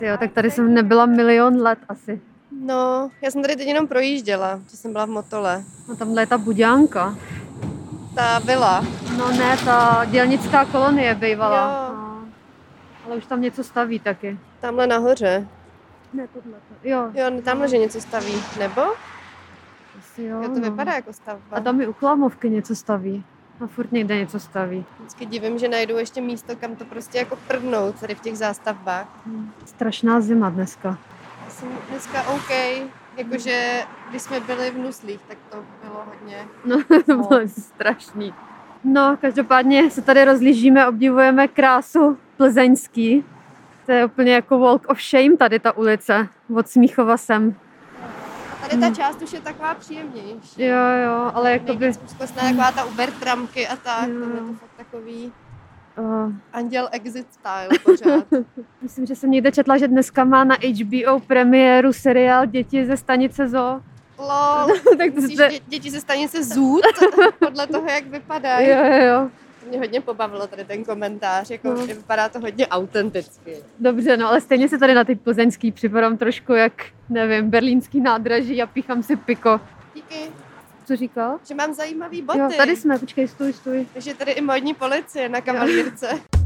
Jo, tak tady jsem nebyla milion let asi. No, já jsem tady teď jenom projížděla, že jsem byla v Motole. No tamhle je ta Buďánka. Ta vila. No ne, ta dělnická kolonie bývala. Jo. No. Ale už tam něco staví taky. Tamhle nahoře. Ne, tohle. Jo. Jo, tamhle, že něco staví. Nebo? Asi jo, Jo, to vypadá jako stavba. A tam i u Klamovky něco staví. A furt někde něco staví. Vždycky divím, že najdu ještě místo, kam to prostě jako prdnout tady v těch zástavbách. Strašná zima dneska. Jsem dneska OK. Jakože, když jsme byli v Nuslích, tak to bylo hodně. No, to bylo strašný. No, každopádně se tady rozlížíme, obdivujeme krásu plzeňský. To je úplně jako walk of shame tady ta ulice. Od Smíchova sem. A tady ta část už je taková příjemnější. Jo, ale jakoby... Nejvíc úzkostná, taková ta Uber tramky a tak. Jo. Tam je to fakt takový Uh, Anděl Exit style pořád. myslím, že jsem někde četla, že dneska má na HBO premiéru seriál Děti ze stanice Zoo. Lol. Tak to Myslíš, se... děti ze stanice Zoot? Podle toho, jak vypadají. Jo. To mě hodně pobavilo tady ten komentář. Jako, No. vypadá to hodně autenticky. Dobře, no ale stejně se tady na ty plzeňský připadám trošku jak, nevím, berlínský nádraží a píchám si piko. Díky, Co říkal? že mám zajímavý boty. Jo, tady jsme, počkej, stůj. Takže tady i modní policie na kavalírce.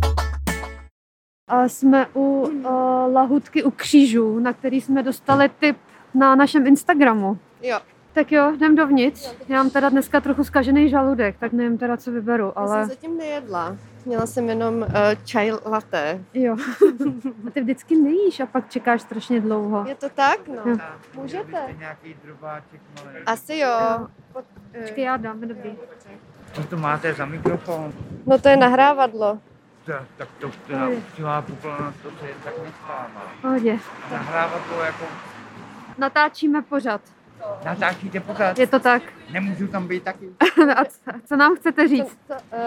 A jsme u lahůdky u křížů, na který jsme dostali tip na našem Instagramu. Jo, Tak jo, jdem dovnitř. Já mám teda dneska trochu zkažený žaludek, tak nevím teda, co vyberu, já ale... jsem zatím nejedla. Měla jsem jenom čaj latte. Jo. A ty vždycky nejíš a pak čekáš strašně dlouho. Je to tak? No. Jo. Můžete. Nějaký drobáček malý. Asi jo. Počkej, já dám, dobrý. Co to máte za mikrofon? No to je nahrávadlo. Tak to teda udělá populárnost, to se jen tak nestává. Pohodě. Nahrávat to jako... Natáčíme pořad. Natáčíte pořád? Je to tak. Nemůžu tam být taky? A co nám chcete říct?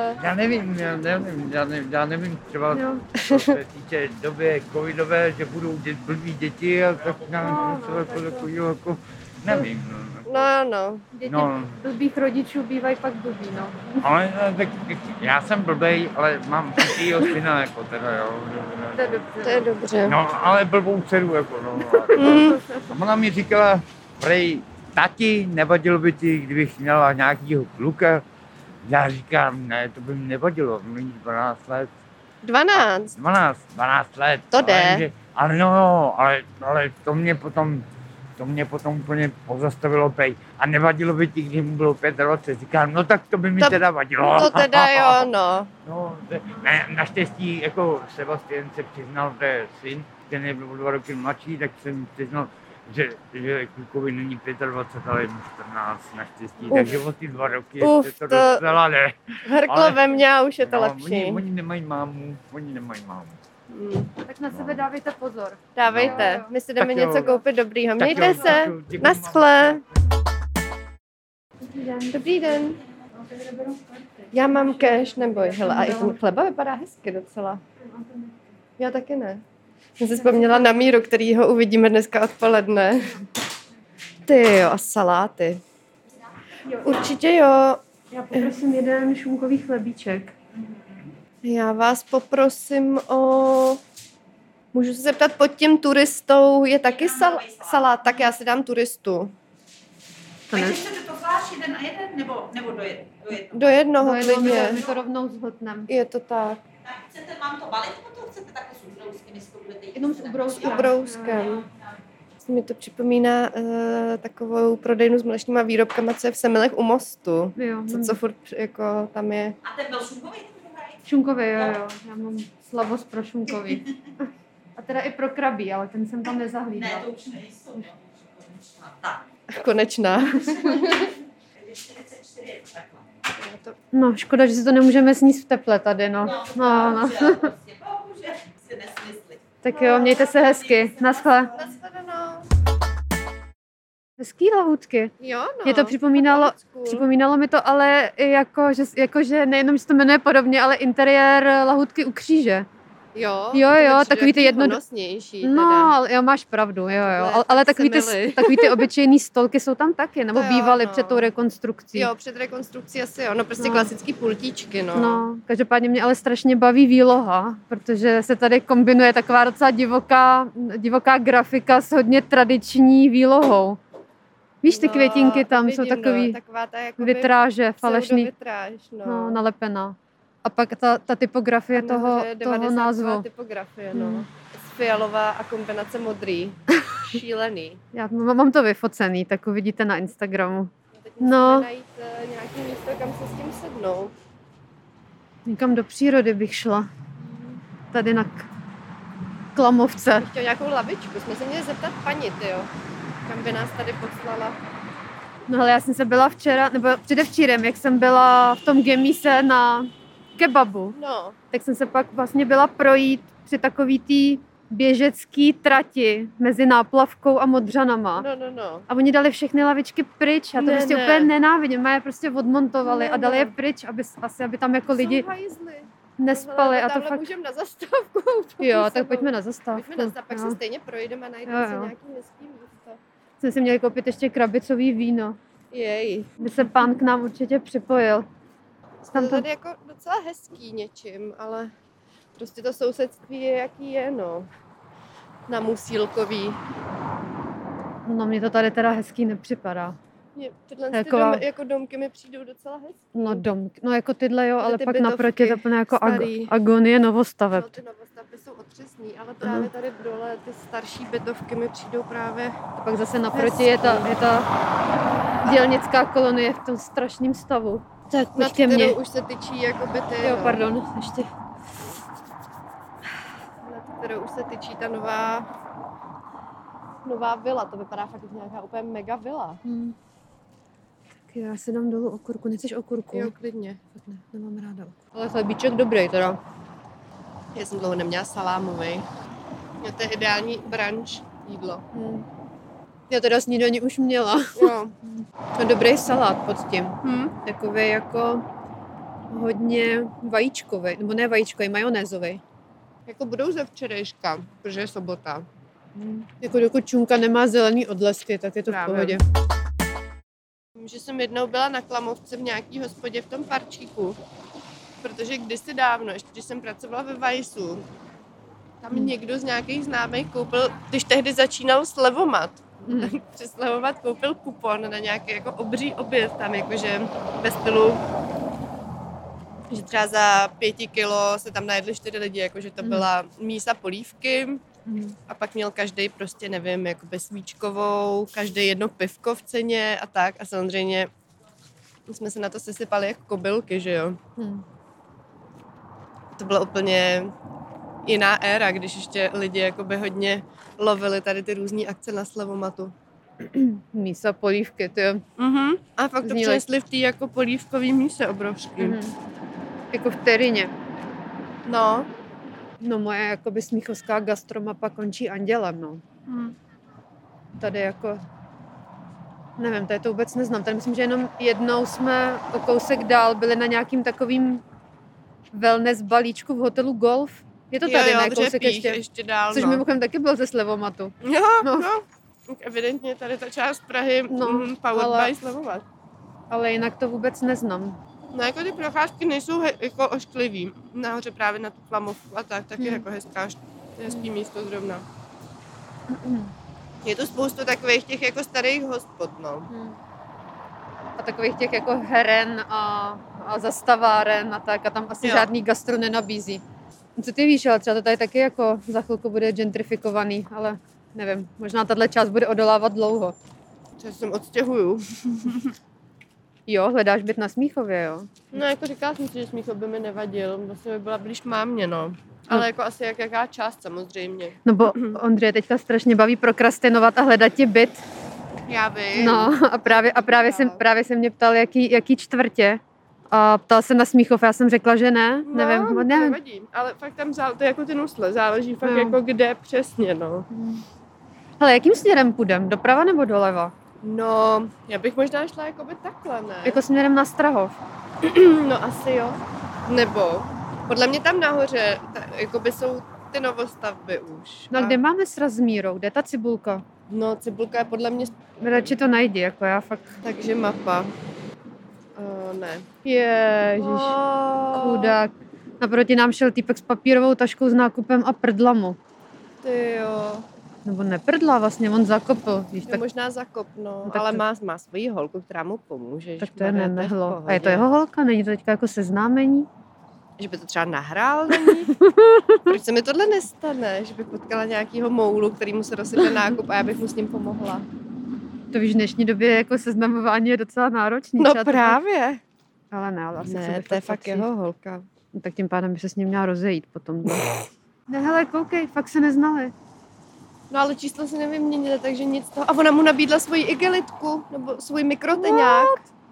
Já nevím, třeba Jo. co se týče doby covidové, že budou blbý děti a tak nám něco jako nevím. No. Děti No. blbých rodičů bývají pak blbý, no. Ale tak já jsem blbej, ale mám chytrýho syna, jako teda, jo. To je dobře. To je dobře. No, ale blbou dceru, jako no. A ona mi říkala, prej, tati, nevadilo by ti, kdybych měla nějakýho kluka? Já říkám, ne, to by mi nevadilo, mít 12 let. 12. 12 let. To jde. Ale no, ale to mě potom úplně pozastavilo pej. A nevadilo by ti, když mu bylo 25. Říkám, no tak to by mi teda vadilo. To teda jo, no. No, ne, naštěstí jako Sebastian se přiznal, že je syn, ten je 2 roky mladší, tak jsem přiznal, že klukovi není 25, ale je mu 14 naštěstí, takže o ty 2 roky ještě to docela ne. Hrklo ve mně a už je to lepší. Oni nemají mámu. Tak na sebe dávejte pozor. Dávejte, No. my si jdeme Tak jo. něco koupit dobrýho. Tak Mějte jo, se, tak jo, děkuji, naschle. Dobrý den. Dobrý den. Já mám cash, neboj. Hele, a i ten chleba vypadá hezky docela. Já taky ne. Jsem si vzpomněla na Míru, kterýho uvidíme dneska odpoledne. Ty jo, a saláty. Určitě jo. Já poprosím jeden šunkový chlebíček. Já vás poprosím o... Můžu se zeptat, pod tím turistou je taky salát, tak já si dám turistu. To ne. Takže chcete to zvlášť jeden a jeden, nebo do jednoho? Do jednoho klidně. My to rovnou zhltnem. Je to tak. Tak chcete, mám to balit, nebo to chcete takhle s ubrouskem, jestli to budete jíst? Jenom s ubrouskem. S ubrouskem. Mi to připomíná takovou prodejnu s mlečnýma výrobkama, co je v Semilech u mostu. Jo, Co furt jako tam je. A ten byl šunkový, ten druhý? šunkový, jo. Já mám slabost pro šunkový. A teda i pro krabí, ale ten jsem tam nezahlídla. Ne, to už nejsou. Tak. Konečná. 44 je to takhle. No, škoda, že si to nemůžeme sníst v teple tady, no. No. Bohužel, prostě, bohužel si nesmysli. Tak jo, mějte se hezky. Naschle. Nashledanou. Hezký lahůdky. Jo, no. Mě to připomínalo mi to ale jako, že nejenom, že se to jmenuje podobně, ale interiér lahůdky u kříže. Jo, Jo, to mi jo, přijde takový ty takový jedno- honosnější No, teda. ale jo, máš pravdu, jo, Takhle, ale tak takový ty, se mili. takový ty obyčejný stolky jsou tam taky, nebo To jo, bývaly no. před tou rekonstrukcí. Jo, před rekonstrukcí asi jo, no prostě No. klasický pultíčky, no. No, každopádně mě ale strašně baví výloha, protože se tady kombinuje taková docela divoká grafika s hodně tradiční výlohou. Víš, ty No, květinky tam jsou vidím, takový no, taková ta jakoby vitráže, falešný, pseudovitráž, no, nalepená. A pak ta typografie A nahoře toho 90 názvu. typografie, no. Hmm. Fialová a kombinace modrý. Šílený. Já mám to vyfocený, tak uvidíte na Instagramu. Teď No. musíme najít nějaký místo, kam se s tím sednout. Někam do přírody bych šla. Tady na Klamovce. Bych chtěl nějakou lavičku. Jsme se měli zeptat paní, tyjo. Kam by nás tady poslala. No ale já jsem se byla včera, nebo předevčírem, jak jsem byla v tom Gemise na kebabu, No, tak jsem se pak vlastně byla projít při takový tý běžecký trati mezi Náplavkou a Modřanama. no. A oni dali všechny lavičky pryč. Já to Ne, prostě ne. úplně nenávidím. Má je prostě odmontovali Ne, a dali ne. je pryč, aby tam jako lidi Jsou hajzly. nespali. A to Tamhle fakt... můžeme na zastávku. Jo, tak pojďme na zastávku. Pojďme na zastávku, pak Jo. se stejně projdeme a najdeme Jo, si jo. nějaký hezký místo. Jsem si měli koupit ještě krabicový víno. Jej. By se pán k nám určitě připojil. To Tam je to... tady jako docela hezký něčím, ale prostě to sousedství je jaký je, no. Na Musílkový. No mně to tady teda hezký nepřipadá. Tyhle Taková- jako domky mi přijdou docela hezký. No no jako tyhle jo, Tady ale ty pak bytovky naproti je to plně jako starý. agonie novostaveb. No, ty novostavby jsou otřesný, ale právě tady dole ty starší bytovky mi přijdou právě... A pak zase naproti je ta dělnická kolonie v tom strašném stavu. Tak Nad pojď ke mně. kterou už se tyčí jako byty, Jo, no. pardon, ještě. Nad kterou už se tyčí ta nová vila. To vypadá fakt jako nějaká úplně mega vila. Tak já si dám dolů okurku. Nechceš okurku? Jo, klidně. Fakt ne, nemám ráda okurku. Ale chlebíček dobrý teda. Já jsem dlouho neměla salámový. Jo, to je ideální brunch jídlo. Já teda snídaní už měla. Jo. A dobrý salát pod tím. Hm? Takový jako hodně vajíčkový, nebo ne vajíčkový, majonézový. Jako budou ze včerejška, protože je sobota. Jako dokud čunka nemá zelený odlesky, tak je to v Právě. pohodě. Vím, že jsem jednou byla na Klamovce v nějaký hospodě v tom parčíku, protože kdysi dávno, ještě když jsem pracovala ve Vajsu, tam někdo z nějakých známých koupil, když tehdy začínal Slevomat, tak přes Slevomat koupil kupon na nějaký jako obří oběd tam, jakože ve stylu, že třeba za 5 kilo se tam najedli 4 lidi, jakože to byla mísa polívky, a pak měl každý prostě, nevím, jakoby svíčkovou, každý jedno pivko v ceně a tak. A samozřejmě jsme se na to sesypali jako kobylky, že jo. To byla úplně jiná éra, když ještě lidi jakoby hodně lovili tady ty různý akce na Slevomatu. Mísa polívky, ty jo. A fakt to Zní přinesli v té jako polívkový míse obrovský. Jako v Teryně. No. No moje jakoby smíchovská gastromapa končí Andělem, no. Tady jako, nevím, tady to vůbec neznám. Tady myslím, že jenom jednou jsme o kousek dál byli na nějakým takovým wellness balíčku v hotelu Golf. Je to tady jo, na v kousek Řepích, ještě dál, Což no. mimochodem taky byl ze Slevomatu. Jo, No. no. Tak evidentně tady ta část Prahy powered ale- by Slevomat. Ale jinak to vůbec neznám. No jako ty procházky nejsou jako ošklivý. Nahoře právě na tu Klamovku a tak je jako hezký místo zrovna. Je tu spoustu takových těch jako starých hospod, no. A takových těch jako heren a zastaváren a tak. A tam asi Jo. žádný gastro nenabízí. Co ty víš, ale třeba to tady taky jako za chvilku bude gentrifikovaný, ale nevím, možná tahle část bude odolávat dlouho. Co jsem odstěhuju. Jo, hledáš byt na Smíchově, jo? No jako říkala jsem si, že Smíchov by mi nevadil, vlastně by byla blíž mámě, no. Ale jako asi jaká část samozřejmě. No bo Ondřeje teďka strašně baví prokrastinovat a hledat ti byt. Já vím. No a právě se mě ptal, jaký čtvrtě. A ptal se na Smíchov, já jsem řekla, že ne, nevím. No, to nevadí, ale fakt tam to je jako ty nusle, záleží fakt Jo. jako kde přesně, no. Hele, jakým směrem půjdem? Doprava nebo doleva? No, já bych možná šla jakoby takhle, ne? Jako směrem na Strahov. No asi jo. Nebo Podle mě tam nahoře jakoby jsou ty novostavby už. No a kde máme sraz s Mírou? Kde je ta cibulka? No, cibulka je podle mě... Radši to najdi, jako já fakt. Takže mapa. Ne. Ježiš, chudák. Naproti nám šel týpek s papírovou taškou s nákupem a prdlamu. Ty jo. Nebo neprdla, vlastně on zakopl. Víš, Tak tak, možná zakop, no. No, tak Ale to- má svoji holku, která mu pomůže. tak to je Ježišmarja, v nemehlo. pohodě. A je to jeho holka? Není to teďka jako seznámení? Že by to třeba nahrál na ní? Proč se mi tohle nestane? Že bych potkala nějakýho moulu, který mu se rozsype nákup a já bych mu s ním pomohla. To víš, v dnešní době jako seznamování je docela náročný. No Třeba to- právě. Ale ne, ale asi Ne, sobě to je fakt patří. jeho holka. No, tak tím pádem by se s ním měla rozejít potom. Ne, hele, koukej, fakt se neznali. No ale číslo si nevyměnili, takže nic toho. A ona mu nabídla svoji igelitku, nebo svůj mikroteňák.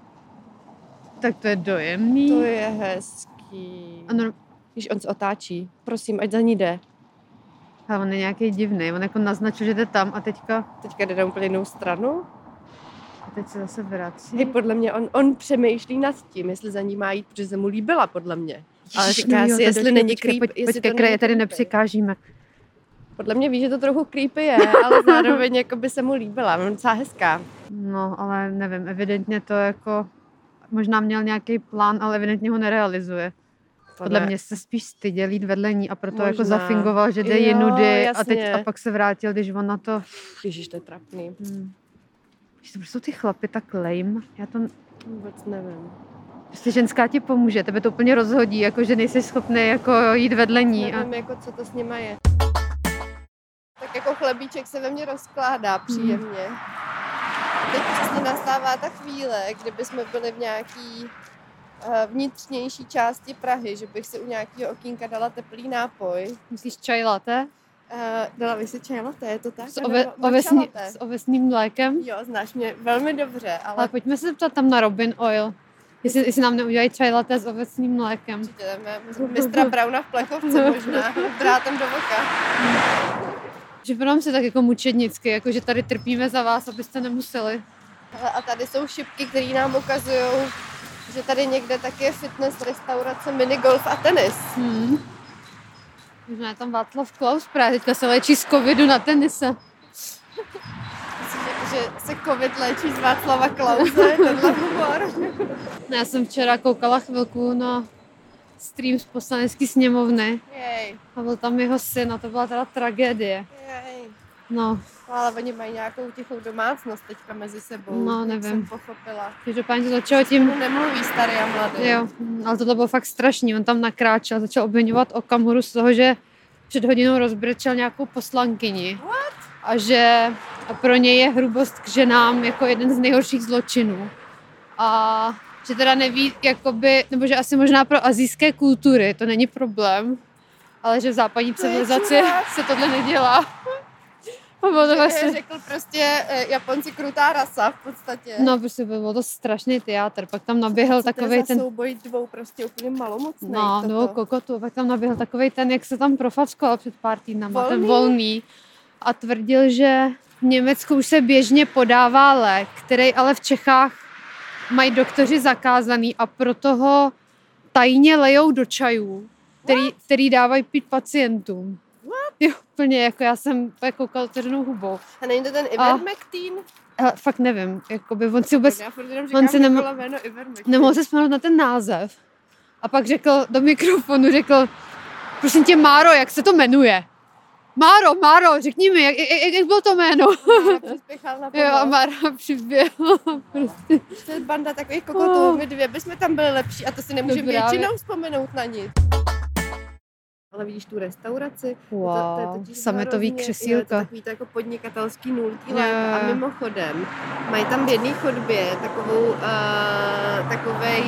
Tak to je dojemný. To je hezký. Ano, Když on se otáčí, prosím, ať za ní jde. ale on je nějaký divný. On jako naznačil, že jde tam a teďka Teďka jde na úplně jinou stranu. a teď se zase vrací. Hej, podle mě on přemýšlí nad tím, jestli za ní má jít, protože se mu líbila, podle mě. Ale Ježiš, říká no jo, si, to jestli došlo, není počkej, creep, jestli počkej, to kraje není tady creepy. nepřikážíme. Podle mě ví, že to trochu creepy je, ale zároveň jako by se mu líbila. On docela hezká. No, ale nevím, evidentně to jako, možná měl nějaký plán, ale evidentně ho nerealizuje. Podle mě se spíš styděl jít vedle ní a proto jako Možná. zafingoval, že jde Jo, jinudy a jasně. pak se vrátil, když on na to... Ježíš, to je trapný. Víš, to jsou ty chlapy tak lame. Já to... Vůbec nevím. Prostě ženská ti pomůže, tebe to úplně rozhodí, jako že nejsi schopný jako jít vedle ní. Nevím, jako co to s nima je. Tak jako chlebíček se ve mně rozkládá příjemně. Teď přesně nastává ta chvíle, kdyby jsme byli v nějaký vnitřnější části Prahy, že bych si u nějakého okýnka dala teplý nápoj. Myslíš čaj latte? Dala bych si čaj latte, je to tak? S, Nebo ovesní, matcha latte? s ovesným mlékem? Jo, znáš mě velmi dobře, ale Ale pojďme se zeptat tam na Robin Oil. Jestli nám neudělají čaj latte s ovesným mlékem. určitě jdeme mistra Brauna v plechovce možná, drátem do voka. Připadám se tak jako mučednicky, jako že tady trpíme za vás, abyste nemuseli. Hele, a tady jsou šipky, které nám ukazují, že tady někde taky je fitness, restaurace, minigolf a tenis. Možná je tam Václav Klaus právě teďka se léčí z covidu na tenise. Myslím, že se covid léčí z Václava Klause, tenhle humor. No, já jsem včera koukala chvilku na stream z poslanecké sněmovny Jej, a byl tam jeho syn a to byla teda tragédie. jej. No, Ale oni mají nějakou tichou domácnost teďka mezi sebou. No, jak nevím. jsem pochopila. každopádně to začalo tím, No, nemluví starý a mladý. jo, ale tohle bylo fakt strašný. On tam nakráčel, začal obviňovat Okamuru z toho, že před hodinou rozbrečel nějakou poslankyni. A že pro něj je hrubost k ženám jako jeden z nejhorších zločinů. A že teda neví, jakoby, nebo že asi možná pro asijské kultury to není problém, ale že v západní civilizaci čurák. se tohle nedělá. A bylo to Že vlastně, řekl prostě Japonci krutá rasa v podstatě. no prostě bylo to strašný teátr. Pak tam naběhl Co to je takovej za ten, souboj dvou prostě úplně malomocných. no, nebo kokotu, pak tam naběhl takovej ten, jak se tam profackoval před pár týdnama, ten Volný? Volný. A tvrdil, že v Německu už se běžně podává lék, který ale v Čechách mají doktoři zakázaný a proto ho tajně lejou do čajů, který dávají pít pacientům. Jo, úplně, jako já jsem koukala otevřenou hubou. A není to ten Ivermectin? Hele, fakt nevím, jakoby on si vůbec Já furt jenom on říkám si Nikola jméno Ivermectin. nemohl se vzpomenout na ten název. A pak řekl do mikrofonu, prosím tě, Máro, jak se to jmenuje? Máro, řekni mi, jak bylo to jméno? Mára přispěchal na Jo, a pomoc. Mára přiběhla. Prostě. To je banda takových kokotů, my dvě bychom tam byli lepší a to si nemůžeme No právě. většinou vzpomenout na nic. Ale vidíš tu restauraci? To je Wow, totiž sametový hrozně- jo, je to křesílka. takový to jako podnikatelský nultý Jo, léto. jo, A jo. mimochodem, mají tam v jedné chodbě takovej,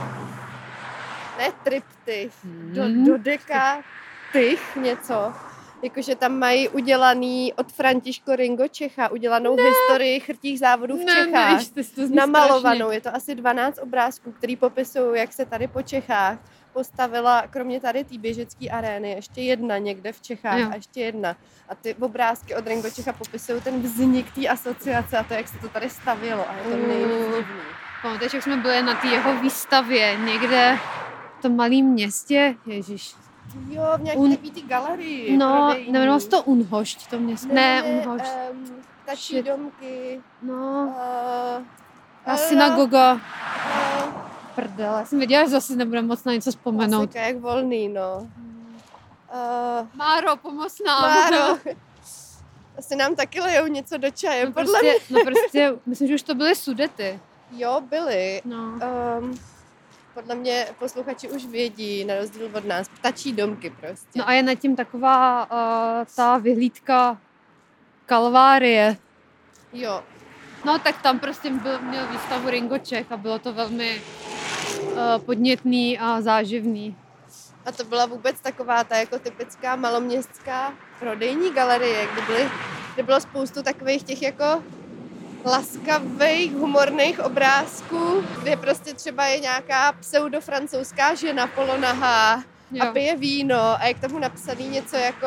ne triptych, do deka tych něco. Jakože tam mají udělaný od Františko Ringo Čecha, udělanou historii chrtích závodů v Čechách. Než to zní Namalovanou. strašně. Je to asi 12 obrázků, který popisují, jak se tady po Čechách postavila, kromě tady té běžecké arény, ještě jedna někde v Čechách Jo. a ještě jedna. A ty obrázky od Ringo Čecha popisují ten vznik té asociace a to, jak se to tady stavělo. A je to nejvíc divný. Pamatuješ, jak jsme byli na té jeho výstavě někde tom malém městě, ježiš. Jo, v nějaké takový ty galerii. No, prodejní. nemenovalo se to Unhošť, to město. Ne, Unhošť. Ptačí Shit. domky. No, Uh, a synagoga. Prdele, já jsem věděla, že zase nebudeme moc na něco vzpomenout. Jak volný, no. Máro, pomoz nám. Máro. Asi nám taky lejou něco do čaje, No podle mě. prostě, myslím, že už to byly Sudety. Jo, byly. No. Podle mě posluchači už vědí, na rozdíl od nás. Ptačí domky prostě. No a je nad tím taková ta vyhlídka Kalvárie. Jo. No tak tam prostě měl výstavu Ringo Čech a bylo to velmi podnětný a záživný. A to byla vůbec taková ta jako typická maloměstská prodejní galerie, kde bylo spoustu takových těch jako laskavých, humorných obrázků, kde prostě třeba je nějaká pseudofrancouzská žena polonahá a pije víno a je k tomu napsaný něco jako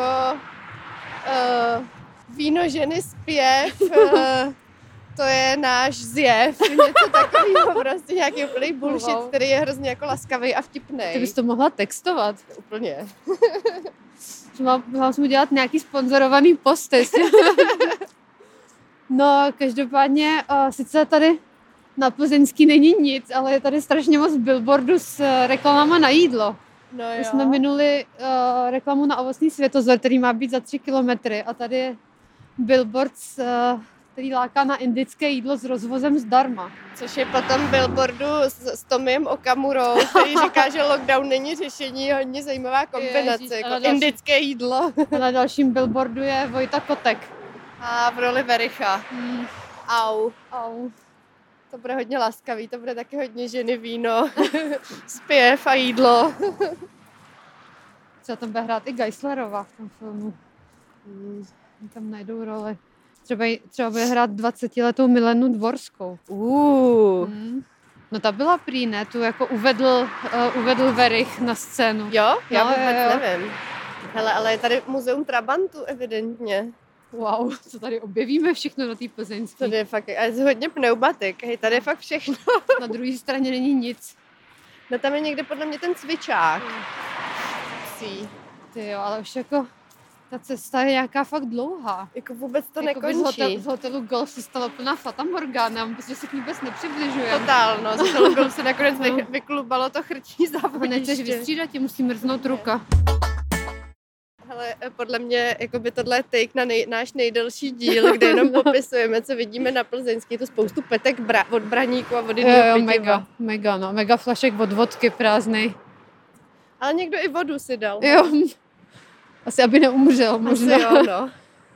víno ženy zpěv, to je náš zjev, něco takového, prostě nějaký úplný bullshit, který je hrozně jako laskavý a vtipnej. Ty bys to mohla textovat. Úplně. Mohla jsem udělat nějaký sponzorovaný posty. No, každopádně, sice tady na Plzeňský není nic, ale je tady strašně moc billboardů s reklamama na jídlo. No jo. My jsme minuli reklamu na ovocný Světozor, který má být za 3 kilometry a tady je billboard, který láká na indické jídlo s rozvozem zdarma. Což je potom billboardu s Tomiem Okamurou, který říká, že lockdown není řešení, hodně zajímavá kombinace, Ježiš, jako indické jídlo. A na dalším billboardu je Vojta Kotek. A v roli Vericha. Au. Au. To bude hodně laskavý, to bude taky hodně ženy, víno, zpěv a jídlo. Třeba tam bude hrát i Geislerová v tom filmu. Tam najdou roli. Třeba bude hrát 20letou Milenu Dvorskou. No ta byla prý, ne? Tu jako uvedl Verich na scénu. Jo? Já No, vůbec nevím. Hele, ale je tady muzeum Trabantu evidentně. Wow, co tady objevíme všechno na té Plzeňské. Tady je fakt, a je hodně pneumatik, hej, tady je fakt všechno. Na druhé straně není nic. No tam je někde podle mě ten cvičák. Ty jo, ale už jako ta cesta je nějaká fakt dlouhá. Jako vůbec to Jakoby nekončí. Z hotelu Golf se stala plná Fata Morgana, protože se k ní vůbec nepřibližujeme. Totál, no, z hotelu Golf se nakonec vyklubalo to chrtí A nechceš zápodiště. vystřídat, ti musí mrznout ruka. Hele, podle mě jakoby tohle je take na náš nejdelší díl, kde jenom popisujeme, co vidíme na Plzeňský. Je to spoustu petek od braníku a od Jo, mega flašek od vodky prázdnej. Ale někdo i vodu si dal. Jo, asi aby neumřel možná. Asi jo, no.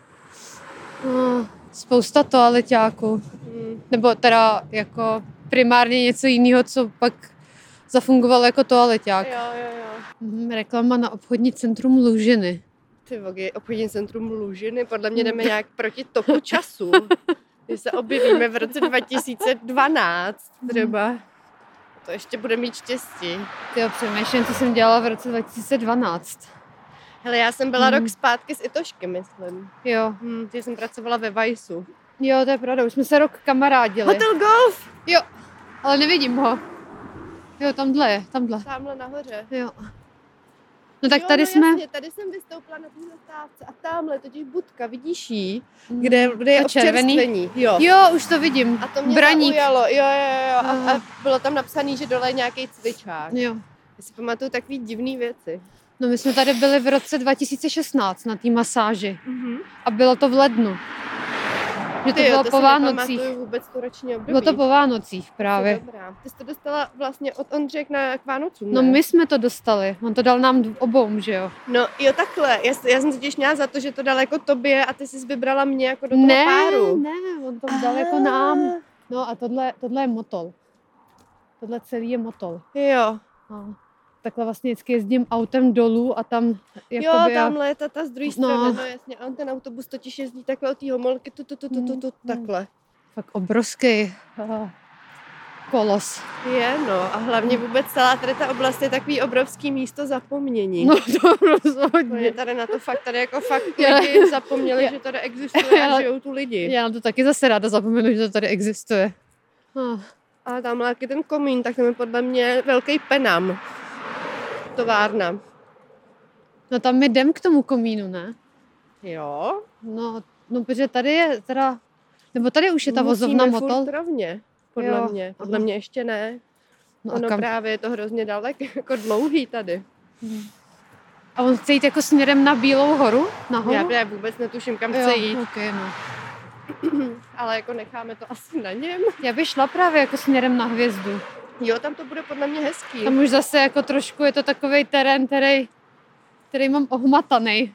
Spousta toaleťáků. Nebo teda jako primárně něco jiného, co pak zafungovalo jako toaleťák. Jo. Reklama na obchodní centrum Lužiny. Ty vogy, obchodní centrum Lužiny, podle mě jdeme nějak proti toku času. Když se objevíme v roce 2012 třeba. To ještě bude mít štěstí. Tyjo, přemýšlím, co jsem dělala v roce 2012. Hele, já jsem byla rok zpátky s Itošky, myslím. Jo. Když jsem pracovala ve Vajsu. Jo, to je pravda, už jsme se rok kamarádili. Hotel Golf! Jo, ale nevidím ho. Jo, tamhle je, tamhle. Tamhle nahoře. Jo. No tak jo, tady jsme... Jasně, tady jsem vystoupila na té zastávce a tamhle totiž budka, vidíš jí? Kde je To červený? občerstvení. Jo. Jo, už to vidím. A to mě Braník. zaujalo. Jo. A bylo tam napsané, že dole je nějaký cvičák. Jo. Já si pamatuju takový divný věci. No my jsme tady byli v roce 2016 na té masáži. A bylo to v lednu. Že to bylo po Vánocích. Vůbec tu roční období. Bylo to po Vánocích právě. Dobrá. Ty jsi to dostala vlastně od Ondřeje k Vánocům, No ne? my jsme to dostali. On to dal nám obou, že jo? No jo, takhle. Já jsem totiž měla za to, že to dal jako tobě a ty jsi vybrala mě jako do toho páru. Ne, on to dal jako nám. No a tohle je motol. Tohle celý je motol. Jo. No. Takhle vlastně vždycky jezdím autem dolů a tam Jo, tamhle je ta z druhé strany, No. no jasně. A on ten autobus totiž jezdí takhle od té homolky, takhle. Fakt obrovský kolos. Je, no. A hlavně vůbec celá tady ta oblast je takový obrovský místo zapomnění. No to rozhodně. Oni tady na to tady jako fakt lidi zapomněli, že tady existuje a žijou tu lidi. Já na to taky zase ráda zapomenu, že to tady existuje. A tamhle jak je ten komín, tak tam je podle mě velký penam. továrna. No tam my jdem k tomu komínu, ne? Jo. No, protože tady je teda, nebo tady už je ta vozovna Musíme Motol. furt rovně, podle mě. Podle mě ještě ne. No Ono a kam? právě je to hrozně daleko, jako dlouhý tady. A on chce jít jako směrem na Bílou horu? Nahoru? Já právě vůbec netuším, kam chce jít, Okay, no. ale jako necháme to asi na něm. Já bych šla právě jako směrem na hvězdu. Jo, tam to bude podle mě hezký. Tam už zase jako trošku je to takovej terén, který mám ohmataný.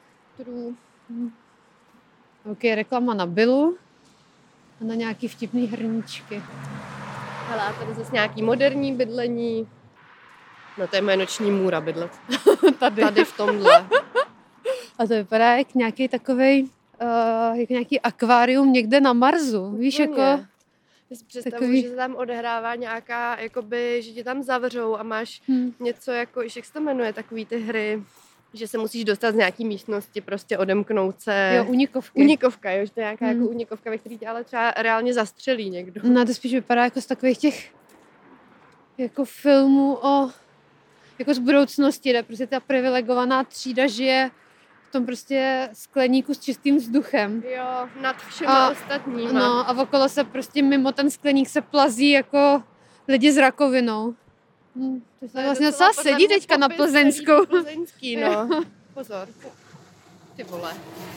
Ok, reklama na Billu a na nějaký vtipný hrníčky. Hele, a tady zase nějaký moderní bydlení. No to je moje noční můra bydlet. Tady v tomhle. A to vypadá jak nějaký takovej, jako nějaký akvárium někde na Marsu. Víš, jako... Já si představuji, takový... že se tam odehrává nějaká, jakoby, že tě tam zavřou a máš něco jako, jak se to jmenuje, takový ty hry, že se musíš dostat z nějaký místnosti, prostě odemknout se. Jo, unikovky. Unikovka, jo, že to je nějaká jako unikovka, ve který tě ale třeba reálně zastřelí někdo. No to spíš vypadá jako z takových těch jako filmů o jako z budoucnosti, kde prostě ta privilegovaná třída žije v tom prostě skleníku s čistým vzduchem. Jo, nad všema ostatníma. No a okolo se prostě mimo ten skleník se plazí jako lidi s rakovinou. To se vlastně docela sedí teďka na Plzeňskou. Plzeňský, no. Pozor. Ty vole.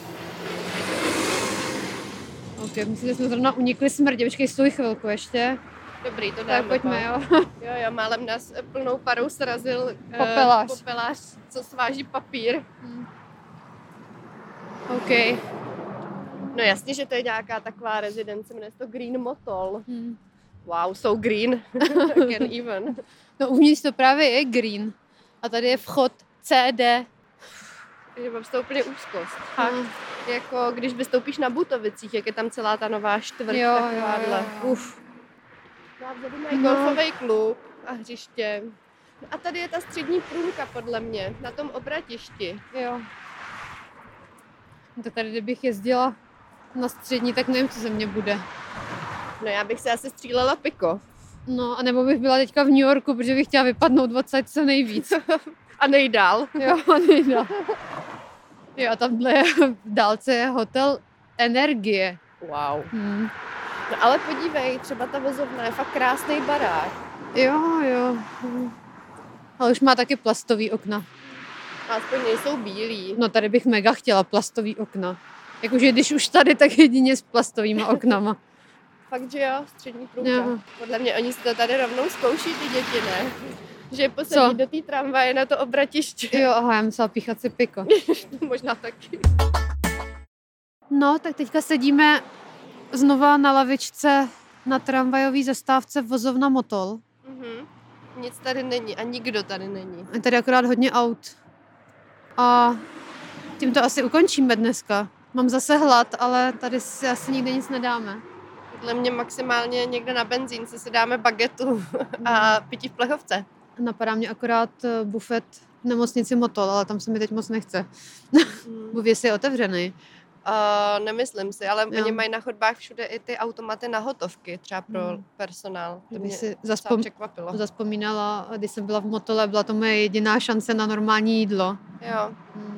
Ok, myslím, že jsme zrovna unikli smrdě. Počkej, stůj chvilku ještě. Dobrý, to Tak dáme. pojďme, jo. Jo, málem nás plnou parou srazil popelář, co sváží papír. Ok. No jasně, že to je nějaká taková rezidence, jmenuje se to Green Motol. Wow, so green. Can even. No uvnitř to právě je green. A tady je vchod CD. Takže mám z toho úplně úzkost. Fakt. Jako když vystoupíš na Butovicích, jak je tam celá ta nová čtvrť. Takováhle. Uf. Tam tady mají golfový klub a hřiště. No a tady je ta střední průmka podle mě, na tom obratišti. Jo. To tady, kdybych jezdila na střední, tak nevím, co ze mě bude. No já bych se asi střílela piko. No, anebo bych byla teďka v New Yorku, protože bych chtěla vypadnout odsaď co nejvíc. A nejdál. Jo, a nejdál. Jo, a tamhle je, v dálce je hotel Energie. Wow. No ale podívej, třeba ta vozovna je fakt krásný barák. Jo. Ale už má taky plastový okna. Aspoň nejsou bílí. No tady bych mega chtěla plastový okna. Jakože když už tady, tak jedině s plastovýma oknama. Fakt, že jo, střední průmka. Jo. Podle mě oni si to tady rovnou zkouší, ty děti, ne? Že je posadí do té tramvaje na to obratiště. Jo, aha, já musela píchat si piko. Možná taky. No, tak teďka sedíme znova na lavičce na tramvajové zastávce vozovna Motol. Nic tady není a nikdo tady není. Je tady akorát hodně aut. A tím to asi ukončíme dneska. Mám zase hlad, ale tady si asi nikde nic nedáme. Podle mě maximálně někde na benzínce si dáme bagetu a pití v plechovce. Napadá mě akorát bufet v nemocnici Motol, ale tam se mi teď moc nechce. Bůh je otevřený. Nemyslím si, ale oni mají na chodbách všude i ty automaty na hotovky, třeba pro personál. To mě si překvapilo. Zaspomínala, když jsem byla v Motole, byla to moje jediná šance na normální jídlo. Jo.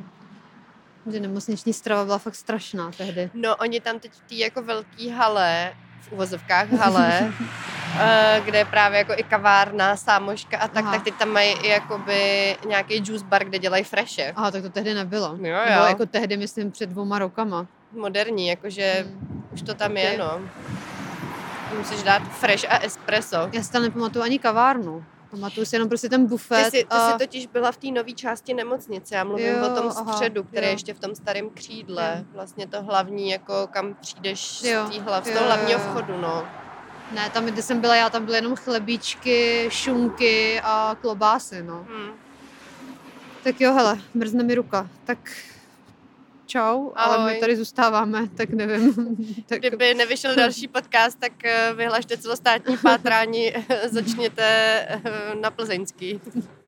Že nemocniční strava byla fakt strašná tehdy. No, oni tam teď v té jako velký hale, v uvozovkách hale, kde je právě jako i kavárna, sámoška a tak teď tam mají i jakoby nějaký juice bar, kde dělají freshe. Aha, tak to tehdy nebylo. Jo. Bylo jako tehdy, myslím, před 2 rokama. Moderní, jakože už to tam je, no. Musíš dát fresh a espresso. Já si tam nepamatuju ani kavárnu. Pamatuju si jenom prostě ten bufet. Ty jsi totiž byla v té nové části nemocnice. Já mluvím o tom středu, který je ještě v tom starém křídle. Jo. Vlastně to hlavní, jako kam přijdeš z toho hlavního vchodu, no. Ne, tam, kde jsem byla já, tam byly jenom chlebíčky, šunky a klobásy, no. Tak jo, hele, mrzne mi ruka. Tak čau, ahoj. Ale my tady zůstáváme, tak nevím. Tak... Kdyby nevyšel další podcast, tak vyhlašte celostátní pátrání, začněte na Plzeňský.